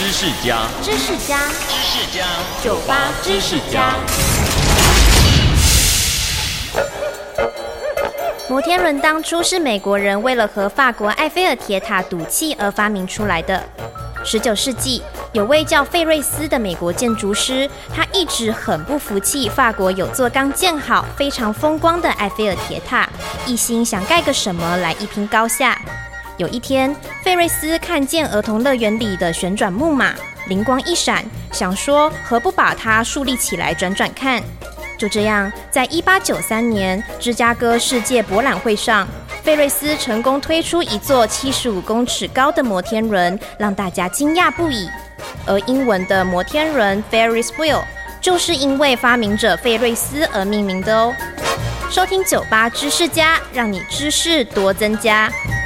知识家， 知识家， 知识家， 酒吧知识家。摩天轮当初是美国人为了和法国埃菲尔铁塔赌气而发明出来的。19世纪，有位叫费瑞斯的美国建筑师，他一直很不服气法国有座刚建好、非常风光的埃菲尔铁塔，一心想盖个什么来一拼高下。有一天，费瑞斯看见儿童乐园里的旋转木马，灵光一闪，想说何不把它竖立起来转转看。就这样，在1893年芝加哥世界博览会上，费瑞斯成功推出一座75公尺高的摩天轮，让大家惊讶不已。而英文的摩天轮 Ferris Wheel 就是因为发明者费瑞斯而命名的哦。收听酒吧知识家，让你知识多增加。